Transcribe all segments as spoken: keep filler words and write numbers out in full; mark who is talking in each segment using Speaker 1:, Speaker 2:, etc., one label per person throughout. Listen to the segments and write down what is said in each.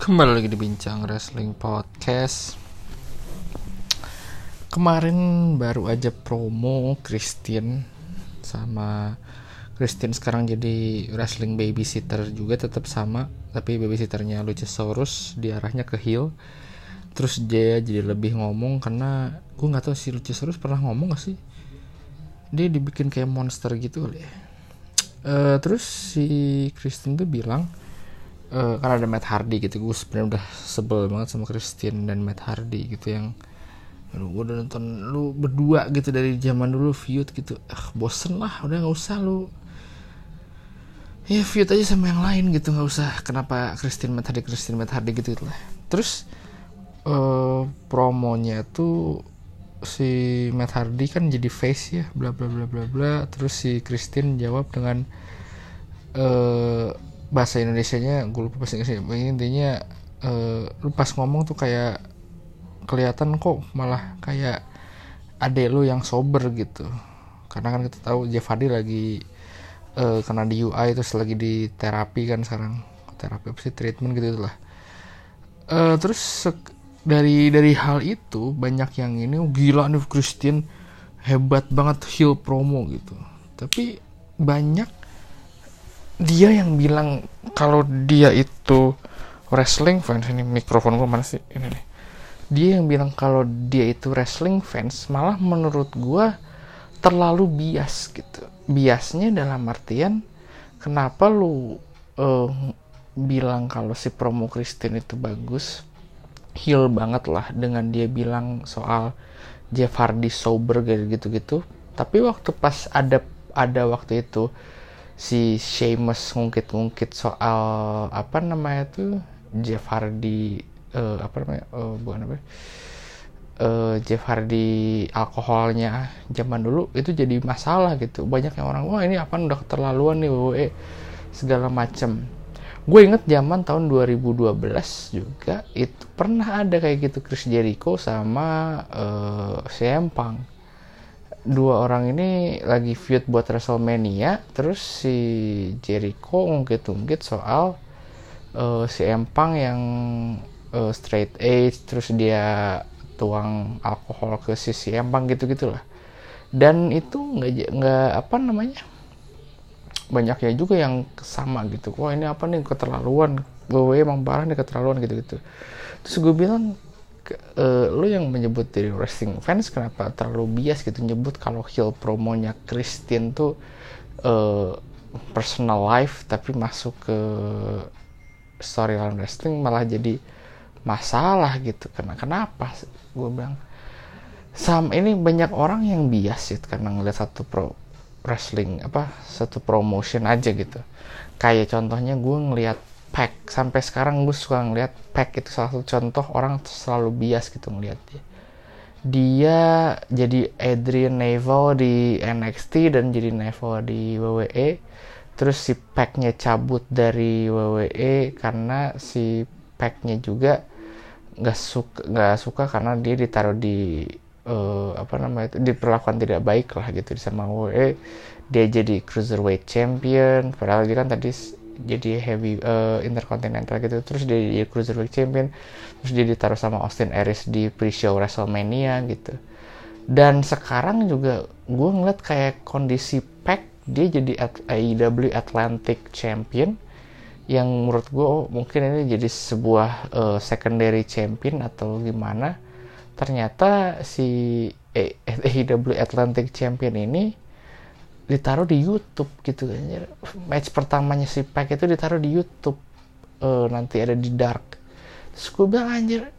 Speaker 1: Kembali lagi di Bincang Wrestling Podcast. Kemarin baru aja promo Christian. Sama Christian sekarang jadi wrestling babysitter juga, tetap sama, tapi babysitternya Luchasaurus, diarahnya ke heel. Terus dia jadi lebih ngomong, karena gue gak tahu si Luchasaurus pernah ngomong gak sih. Dia dibikin kayak monster gitu kali ya. uh, Terus si Christian tuh bilang, Uh, karena ada Matt Hardy gitu, gue sebenarnya udah sebel banget sama Christian dan Matt Hardy gitu, yang aduh, gue udah nonton lu berdua gitu dari zaman dulu feud gitu, ah bosen lah, udah nggak usah lu ya feud aja sama yang lain gitu, nggak usah kenapa Christian Matt Hardy Christian Matt Hardy gitu, gitu lah. Terus uh, promonya tuh si Matt Hardy kan jadi face ya, bla bla bla bla bla. Terus si Christian jawab dengan uh, bahasa Indonesianya gue lupa, bahasa Inggrisnya intinya uh, lu pas ngomong tuh kayak kelihatan kok malah kayak adek lu yang sober gitu, karena kan kita tahu Jeff Hardy lagi uh, kena D U I, terus lagi di terapi kan sekarang, terapi apa sih, treatment gitu lah. Uh, terus sek- dari dari hal itu banyak yang ini, oh, gila nih Christian hebat banget heel promo gitu, tapi banyak dia yang bilang kalau dia itu wrestling fans. Ini mikrofon gue mana sih ini nih. Dia yang bilang kalau dia itu wrestling fans, malah menurut gue terlalu bias gitu. Biasnya dalam artian, kenapa lu uh, bilang kalau si promo Christian itu bagus, heel banget lah dengan dia bilang soal Jeff Hardy sober gitu-gitu, tapi waktu pas ada ada waktu itu si Sheamus ngungkit-ngungkit soal apa namanya tuh Jeff Hardy uh, apa namanya uh, bukan apa uh, Jeff Hardy alkoholnya zaman dulu itu jadi masalah gitu. Banyak yang orang, wah ini apa udah keterlaluan nih W W E segala macem. Gue inget zaman tahun dua ribu dua belas juga itu pernah ada kayak gitu, Chris Jericho sama uh, C M Punk. Dua orang ini lagi feud buat WrestleMania, terus si Jericho ngungkit-ngungkit soal uh, si M Punk yang uh, straight edge, terus dia tuang alkohol ke si, si M Punk gitu-gitulah. Dan itu nggak nggak apa namanya, banyak ya juga yang sama gitu, wah ini apa nih keterlaluan, W W E emang parah nih keterlaluan gitu-gitu. Terus gue bilang, Uh, lu yang menyebut diri wrestling fans kenapa terlalu bias gitu nyebut kalau heel promonya Christian tuh uh, personal life, tapi masuk ke storyline wrestling malah jadi masalah gitu. Karena kenapa gue bilang sam ini banyak orang yang bias gitu karena ngeliat satu pro wrestling apa satu promotion aja gitu. Kayak contohnya gue ngeliat Pac, sampai sekarang gue suka ngeliat Pac itu salah satu contoh orang selalu bias gitu ngeliat dia. Dia jadi Adrian Neville di N X T dan jadi Neville di W W E. Terus si Pac-nya cabut dari W W E karena si Pac-nya juga nggak suka nggak suka karena dia ditaruh di uh, apa namanya itu, diperlakukan tidak baik lah gitu sama W W E. Dia jadi cruiserweight champion, padahal dia kan tadi jadi heavy uh, intercontinental gitu. Terus dia jadi cruiserweight champion, terus dia ditaruh sama Austin Aries di pre-show WrestleMania gitu. Dan sekarang juga gue ngeliat kayak kondisi Pac, dia jadi A E W Atlantic Champion, yang menurut gue oh, mungkin ini jadi sebuah uh, secondary champion atau gimana. Ternyata si A E W Atlantic Champion ini ditaruh di YouTube gitu kan. Match pertamanya si Pac itu ditaruh di YouTube, uh, nanti ada di Dark. Terus gue bilang anjir,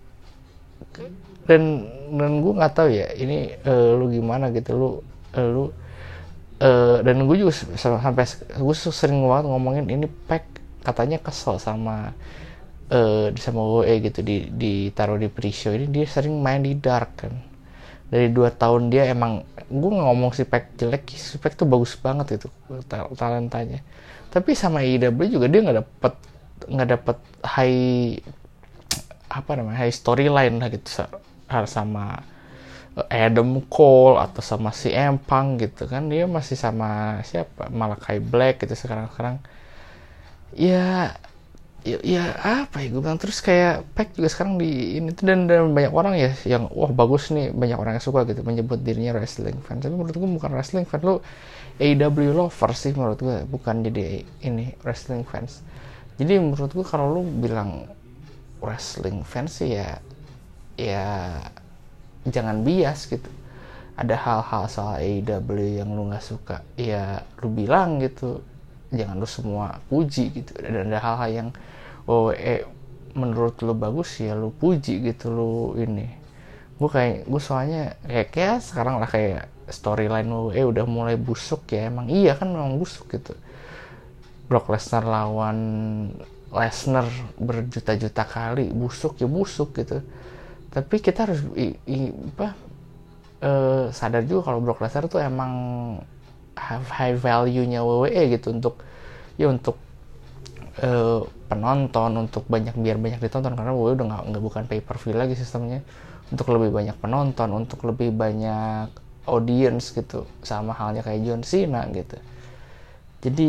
Speaker 1: dan dan gue nggak tahu ya ini uh, lu gimana gitu, lu uh, lu uh, dan gue juga sampai gue sering banget ngomongin ini Pac katanya kesel sama uh, sama W W E gitu, di ditaruh di pre-show ini. Dia sering main di Dark kan. Dari dua tahun dia emang, gue gak ngomong si Pac jelek, si Pac tuh bagus banget itu talentanya, tapi sama A E W juga dia gak dapet gak dapet high apa namanya high storyline lah gitu sama Adam Cole atau sama si M Punk gitu kan. Dia masih sama siapa, Malakai Black gitu sekarang-sekarang ya. ya, ya apa ya gue bilang, terus kayak Pac juga sekarang di ini tuh, dan, dan banyak orang ya yang wah bagus nih, banyak orang yang suka gitu menyebut dirinya wrestling fan, tapi menurut gue bukan wrestling fan, lu A E W lover sih menurut gue, bukan jadi ini wrestling fans. Jadi menurut gue kalau lu bilang wrestling fans sih ya ya jangan bias gitu. Ada hal-hal soal A E W yang lu nggak suka, ya lu bilang gitu, jangan lu semua puji gitu. Dan ada hal-hal yang oh eh menurut lu bagus ya lu puji gitu, lu ini. Gue kayak gue soalnya kayak kayak sekarang lah kayak storyline lu eh udah mulai busuk ya, emang iya kan memang busuk gitu. Brock Lesnar lawan Lesnar berjuta-juta kali, busuk ya busuk gitu. Tapi kita harus i, i, apa uh, sadar juga kalau Brock Lesnar tuh emang high value-nya W W E gitu, untuk ya untuk uh, penonton, untuk banyak biar banyak ditonton, karena W W E udah nggak nggak bukan pay per view lagi sistemnya, untuk lebih banyak penonton, untuk lebih banyak audience gitu, sama halnya kayak John Cena gitu. Jadi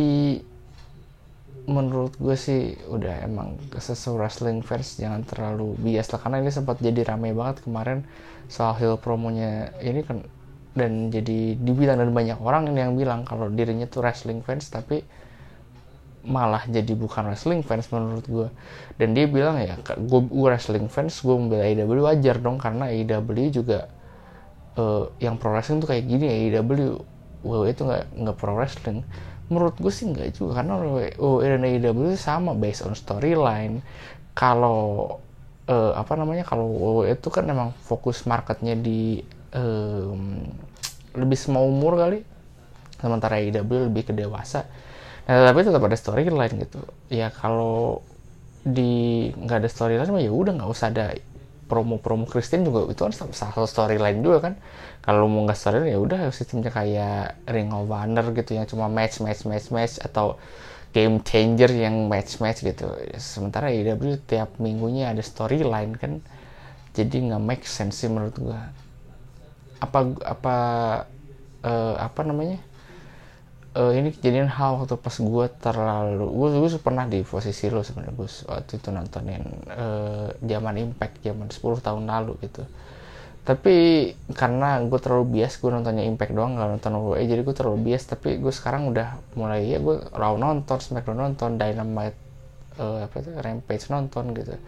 Speaker 1: menurut gue sih udah emang sesuai wrestling fans jangan terlalu bias lah, karena ini sempat jadi ramai banget kemarin soal heel promonya ini kan, dan jadi dibilang, dan banyak orang yang bilang kalau dirinya tuh wrestling fans tapi malah jadi bukan wrestling fans menurut gue. Dan dia bilang ya gue, gue wrestling fans, gue membela A E W wajar dong, karena A E W juga uh, yang pro wrestling tuh kayak gini, A E W W W E itu nggak nggak pro wrestling. Menurut gue sih nggak juga, karena W W E dan A E W itu sama based on storyline. Kalau uh, apa namanya kalau W W E itu kan emang fokus marketnya di um, lebih semua umur kali, sementara A E W lebih ke dewasa. Nah, tapi tetap ada storyline gitu. Ya kalau di nggak ada storyline mah ya udah nggak usah ada promo-promo Christian juga, itu kan salah satu storyline juga kan. Kalau mau nggak storyline ya udah sistemnya kayak Ring of Honor gitu, yang cuma match match match match, atau Game Changer yang match match gitu. Sementara A E W tiap minggunya ada storyline kan, jadi nggak make sense sih menurut gua. Apa apa uh, apa namanya? Uh, ini kejadian hal waktu pas gue terlalu gue gue pernah di posisi lo sebenarnya, gue waktu itu nontonin uh, zaman Impact zaman sepuluh tahun lalu gitu. Tapi karena gue terlalu bias, gue nontonnya Impact doang, nggak nonton W W E, jadi gue terlalu bias. Tapi gue sekarang udah mulai ya gue Raw nonton, SmackDown nonton, Dynamite uh, apa itu Rampage nonton gitu.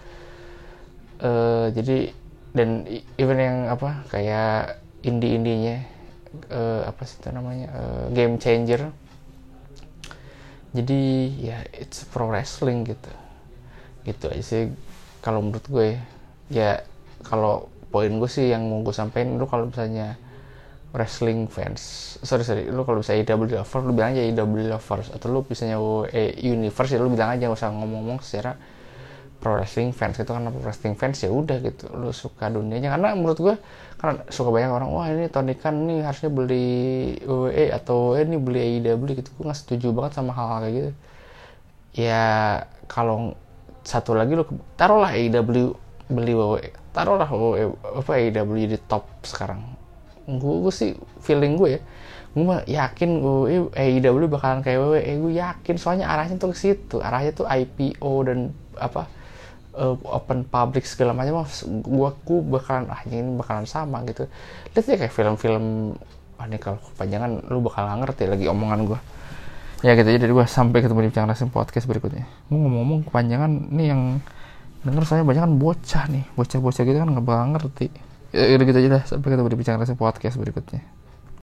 Speaker 1: Uh, jadi dan even yang apa kayak indie-indinya Uh, apa sih itu namanya uh, Game Changer. Jadi ya it's pro wrestling gitu gitu aja sih kalau menurut gue. Ya kalau poin gue sih yang mau gue sampein, lu kalau misalnya wrestling fans sorry sorry lu kalau bisa A E W lovers lu bilang aja A E W lovers, atau lu misalnya W W E universe ya lu bilang aja, gak usah ngomong-ngomong secara pro wrestling fans gitu. Karena pro wrestling fans ya udah gitu, lu suka dunianya. Karena menurut gue karena suka banyak orang wah ini Tony Khan nih harusnya beli W W E, atau eh, ini beli A E W gitu. Gue nggak setuju banget sama hal-hal kayak gitu. Ya kalau satu lagi lu taruhlah A E W beli W W E, taruhlah W W E apa A E W jadi top sekarang. Gue, gue sih feeling gue ya, gue mah yakin gue A E W bakalan kayak W W E, gue yakin, soalnya arahnya tuh ke situ, arahnya tuh I P O dan apa uh, open public segala macam. Gua gua bakalan ah ini bakalan sama gitu. Lihat ya kayak film-film, ah ini kalau kepanjangan lu bakal gak ngerti lagi omongan gua. Ya gitu aja dari gua, sampai ketemu di Bincang Wrestling podcast berikutnya. Gua ngomong-ngomong kepanjangan nih, yang denger soalnya banyak kan bocah nih, bocah-bocah gitu kan gak bakal ngerti. Ya gitu aja dah, sampai ketemu di Bincang Wrestling podcast berikutnya.